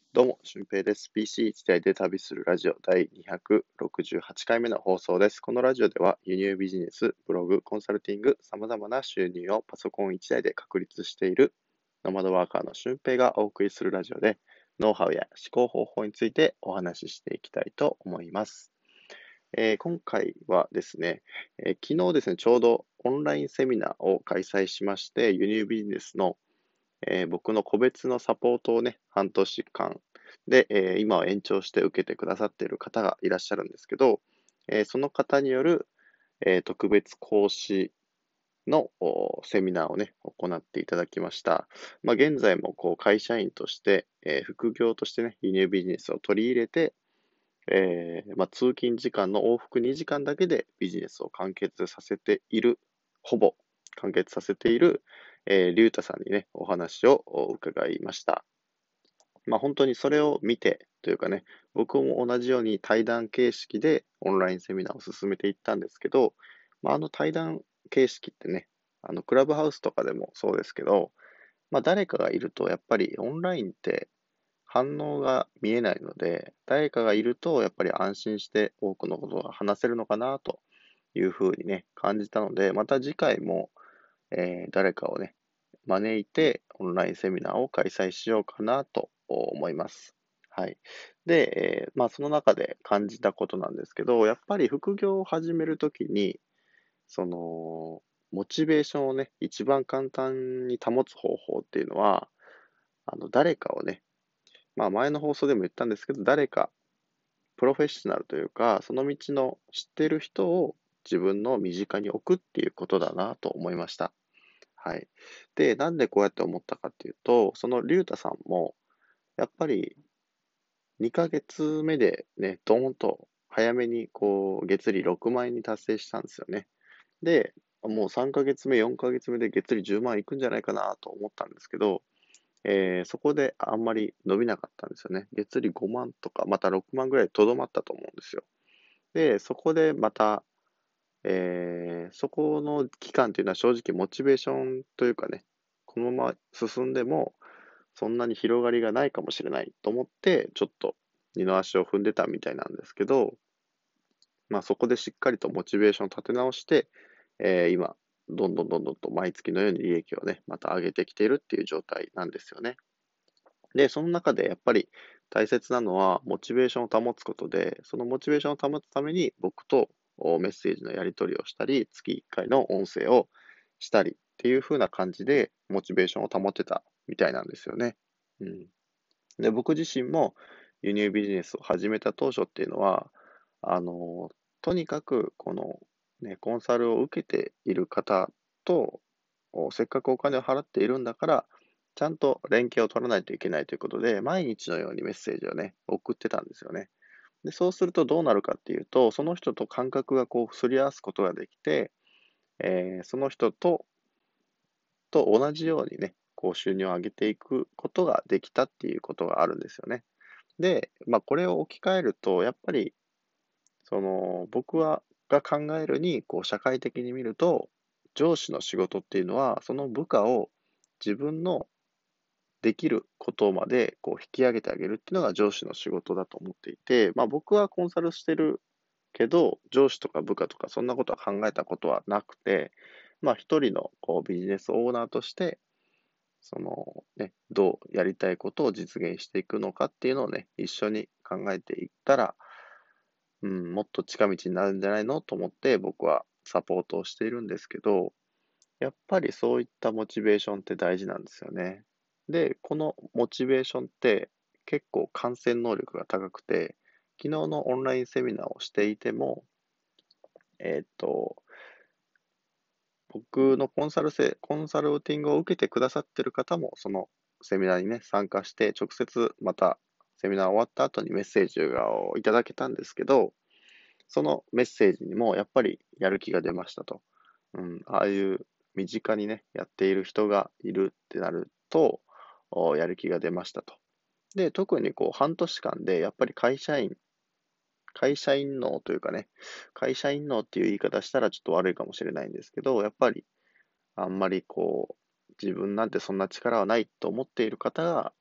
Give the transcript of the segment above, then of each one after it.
どうも、俊平です。PC 一台で旅するラジオ第268回目の放送です。このラジオでは輸入ビジネス、ブログ、コンサルティング、様々な収入をパソコン一台で確立しているノマドワーカーの俊平がお送りするラジオで、ノウハウや思考方法についてお話ししていきたいと思います。今回はですね、昨日ですね、ちょうどオンラインセミナーを開催しまして、輸入ビジネスの僕の個別のサポートをね、半年間で、今は延長して受けてくださっている方がいらっしゃるんですけど、その方による、特別講師のセミナーをね、行っていただきました。現在もこう会社員として、副業としてね、輸入ビジネスを取り入れて、通勤時間の往復2時間だけでビジネスを完結させている、ほぼ完結させている、リュウタさんにね、お話を伺いました。本当にそれを見てというかね、僕も同じように対談形式でオンラインセミナーを進めていったんですけど、あの対談形式ってね、クラブハウスとかでもそうですけど、誰かがいるとやっぱりオンラインって反応が見えないので、誰かがいるとやっぱり安心して多くのことが話せるのかなというふうにね、感じたので、また次回も、誰かをね、招いてオンラインセミナーを開催しようかなと思います。はい。で、その中で感じたことなんですけど、やっぱり副業を始めるときに、その、モチベーションをね、一番簡単に保つ方法っていうのは、誰かをね、前の放送でも言ったんですけど、誰かプロフェッショナルというか、その道の知っている人を自分の身近に置くっていうことだなと思いました。はい。で、なんでこうやって思ったかっていうと、そのリュウタさんも、やっぱり2ヶ月目でね、ドーンと早めにこう、月利6万円に達成したんですよね。で、もう3ヶ月目、4ヶ月目で月利10万いくんじゃないかなと思ったんですけど、そこであんまり伸びなかったんですよね。月利5万とか、また6万ぐらいとどまったと思うんですよ。で、そこでまた、そこの期間っていうのは正直モチベーションというかね、このまま進んでもそんなに広がりがないかもしれないと思って、ちょっと二の足を踏んでたみたいなんですけど、そこでしっかりとモチベーションを立て直して、今、どんどんと毎月のように利益をね、また上げてきているっていう状態なんですよね。で、その中でやっぱり大切なのは、モチベーションを保つことで、そのモチベーションを保つために、僕とメッセージのやり取りをしたり、月1回の音声をしたりっていう風な感じで、モチベーションを保ってたみたいなんですよね。うん。で、僕自身も輸入ビジネスを始めた当初っていうのは、あの、とにかくこのね、コンサルを受けている方と、せっかくお金を払っているんだから、ちゃんと連携を取らないといけないということで、毎日のようにメッセージをね、送ってたんですよね。で、そうするとどうなるかっていうと、その人と感覚がこう、すり合わすことができて、その人と同じようにね、こう収入を上げていくことができたっていうことがあるんですよね。で、これを置き換えると、やっぱり、僕が考えるに、こう、社会的に見ると、上司の仕事っていうのは、その部下を自分のできることまで、こう、引き上げてあげるっていうのが上司の仕事だと思っていて、僕はコンサルしてるけど、上司とか部下とかそんなことは考えたことはなくて、一人のこうビジネスオーナーとして、どうやりたいことを実現していくのかっていうのをね、一緒に考えていったら、もっと近道になるんじゃないのと思って僕はサポートをしているんですけど、やっぱりそういったモチベーションって大事なんですよね。で、このモチベーションって結構感染能力が高くて、昨日のオンラインセミナーをしていても、えーっと、僕のコンサルティングを受けてくださってる方も、そのセミナーにね、参加して、直接またセミナー終わった後にメッセージをいただけたんですけど、そのメッセージにもやっぱりやる気が出ましたと。ああいう身近にね、やっている人がいるってなると、やる気が出ましたと。で、特にこう半年間でやっぱり会社員脳というかね、会社員脳っていう言い方したらちょっと悪いかもしれないんですけど、やっぱりあんまりこう、自分なんてそんな力はないと思っている方が、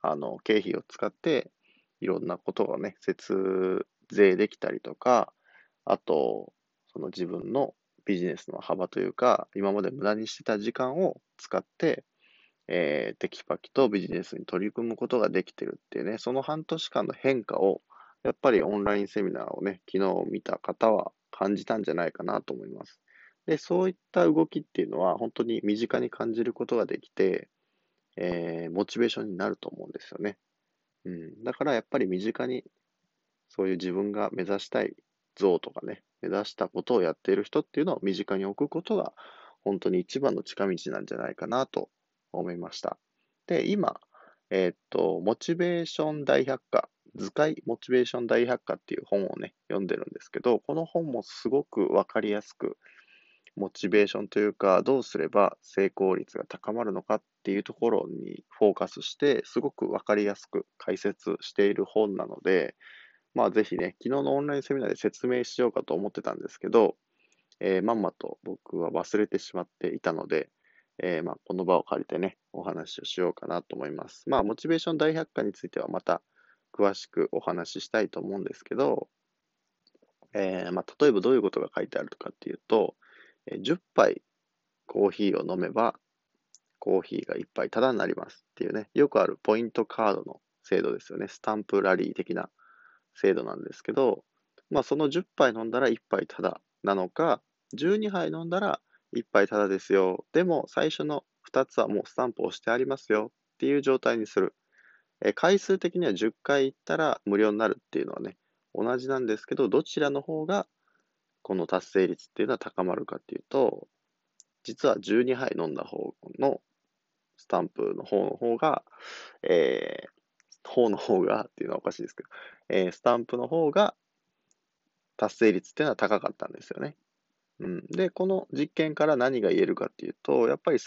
経費を使って、いろんなことがね、節税できたりとか、あと、その自分のビジネスの幅というか、今まで無駄にしてた時間を使って、テキパキとビジネスに取り組むことができてるっていうね、その半年間の変化を、やっぱりオンラインセミナーをね、昨日見た方は感じたんじゃないかなと思います。で、そういった動きっていうのは、本当に身近に感じることができて、モチベーションになると思うんですよね。うん。だからやっぱり身近に、そういう自分が目指したい像とかね、目指したことをやっている人っていうのを身近に置くことが、本当に一番の近道なんじゃないかなと思いました。で、今、モチベーション大百科、図解モチベーション大百科っていう本をね、読んでるんですけど、この本もすごくわかりやすく、モチベーションというか、どうすれば成功率が高まるのかっていうところにフォーカスして、すごくわかりやすく解説している本なので、まあぜひね、昨日のオンラインセミナーで説明しようかと思ってたんですけど、まんまと僕は忘れてしまっていたので、まあこの場を借りてね、お話をしようかなと思います。まあモチベーション大百科についてはまた詳しくお話ししたいと思うんですけど、まあ例えばどういうことが書いてあるかっていうと、10杯コーヒーを飲めばコーヒーが1杯タダになりますっていうね、よくあるポイントカードの制度ですよね。スタンプラリー的な制度なんですけど、まあその10杯飲んだら1杯タダなのか、12杯飲んだら1杯タダですよ。でも最初の2つはもうスタンプを押してありますよっていう状態にする。回数的には10回行ったら無料になるっていうのはね、同じなんですけど、どちらの方がこの達成率っていうのは高まるかっていうと、実は12杯飲んだ方のスタンプの方が、えの方がっていうのはおかしいですけど、スタンプの方が達成率っていうのは高かったんですよね。うん。で、この実験から何が言えるかっていうと、やっぱり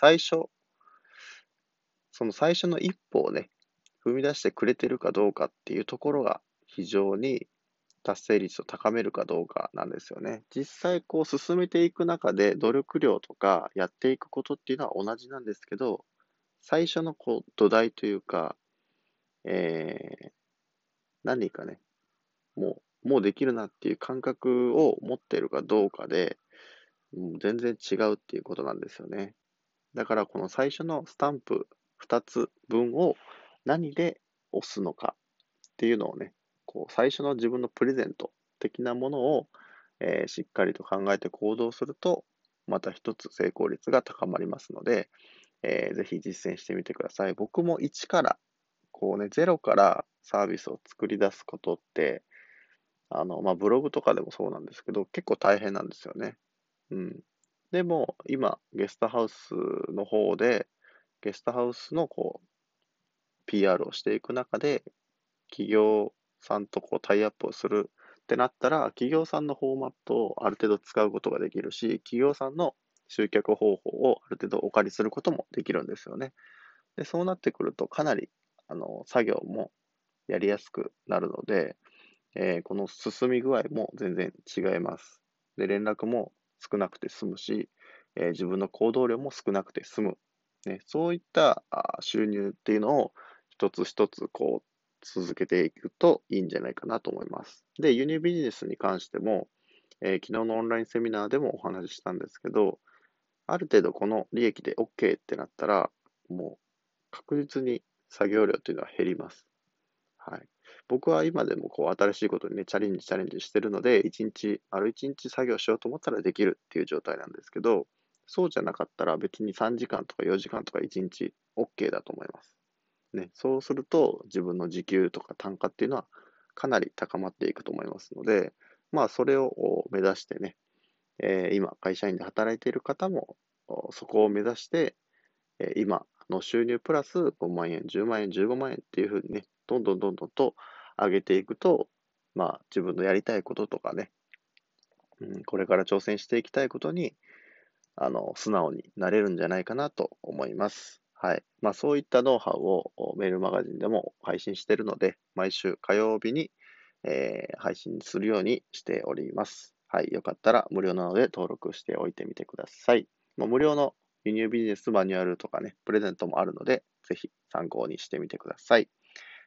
その最初の一歩をね、踏み出してくれてるかどうかっていうところが非常に達成率を高めるかどうかなんですよね。実際こう進めていく中で努力量とかやっていくことっていうのは同じなんですけど、最初のこう土台というか、えー、何かね、もうできるなっていう感覚を持っているかどうかで、全然違うっていうことなんですよね。だからこの最初のスタンプ2つ分を何で押すのかっていうのをね、こう最初の自分のプレゼント的なものを、しっかりと考えて行動すると、また一つ成功率が高まりますので、ぜひ実践してみてください。僕も1から、こうね、0からサービスを作り出すことって、まあ、ブログとかでもそうなんですけど、結構大変なんですよね。うん。でも、今、ゲストハウスの方で、ゲストハウスのこう、PR をしていく中で、企業さんとこうタイアップをするってなったら、企業さんのフォーマットをある程度使うことができるし、企業さんの集客方法をある程度お借りすることもできるんですよね。で、そうなってくると、かなり、作業もやりやすくなるので、この進み具合も全然違います。で、連絡も少なくて済むし、自分の行動量も少なくて済む。ね、そういった収入っていうのを一つ一つこう続けていくといいんじゃないかなと思います。で、輸入ビジネスに関しても、昨日のオンラインセミナーでもお話ししたんですけど、ある程度この利益で OK ってなったら、もう確実に作業量っていうのは減ります。はい。僕は今でもこう新しいことにね、チャレンジしてるので、丸一日作業しようと思ったらできるっていう状態なんですけど、そうじゃなかったら別に3時間とか4時間とか1日 OK だと思います。ね、そうすると自分の時給とか単価っていうのはかなり高まっていくと思いますので、まあそれを目指してね、今会社員で働いている方もそこを目指して今の収入プラス5万円、10万円、15万円っていうふうにね、どんどんと上げていくと、まあ自分のやりたいこととかね、これから挑戦していきたいことに、素直になれるんじゃないかなと思います。はい。まあそういったノウハウをメールマガジンでも配信しているので、毎週火曜日に、配信するようにしております。はい。よかったら無料なので登録しておいてみてください。まあ無料の輸入ビジネスマニュアルとかね、プレゼントもあるので、ぜひ参考にしてみてください。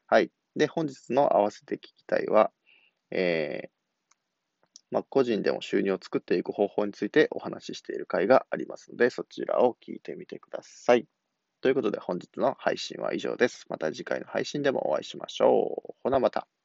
はい。で、本日の合わせて聞きたいは、個人でも収入を作っていく方法についてお話ししている回がありますので、そちらを聞いてみてください。ということで、本日の配信は以上です。また次回の配信でもお会いしましょう。ほなまた。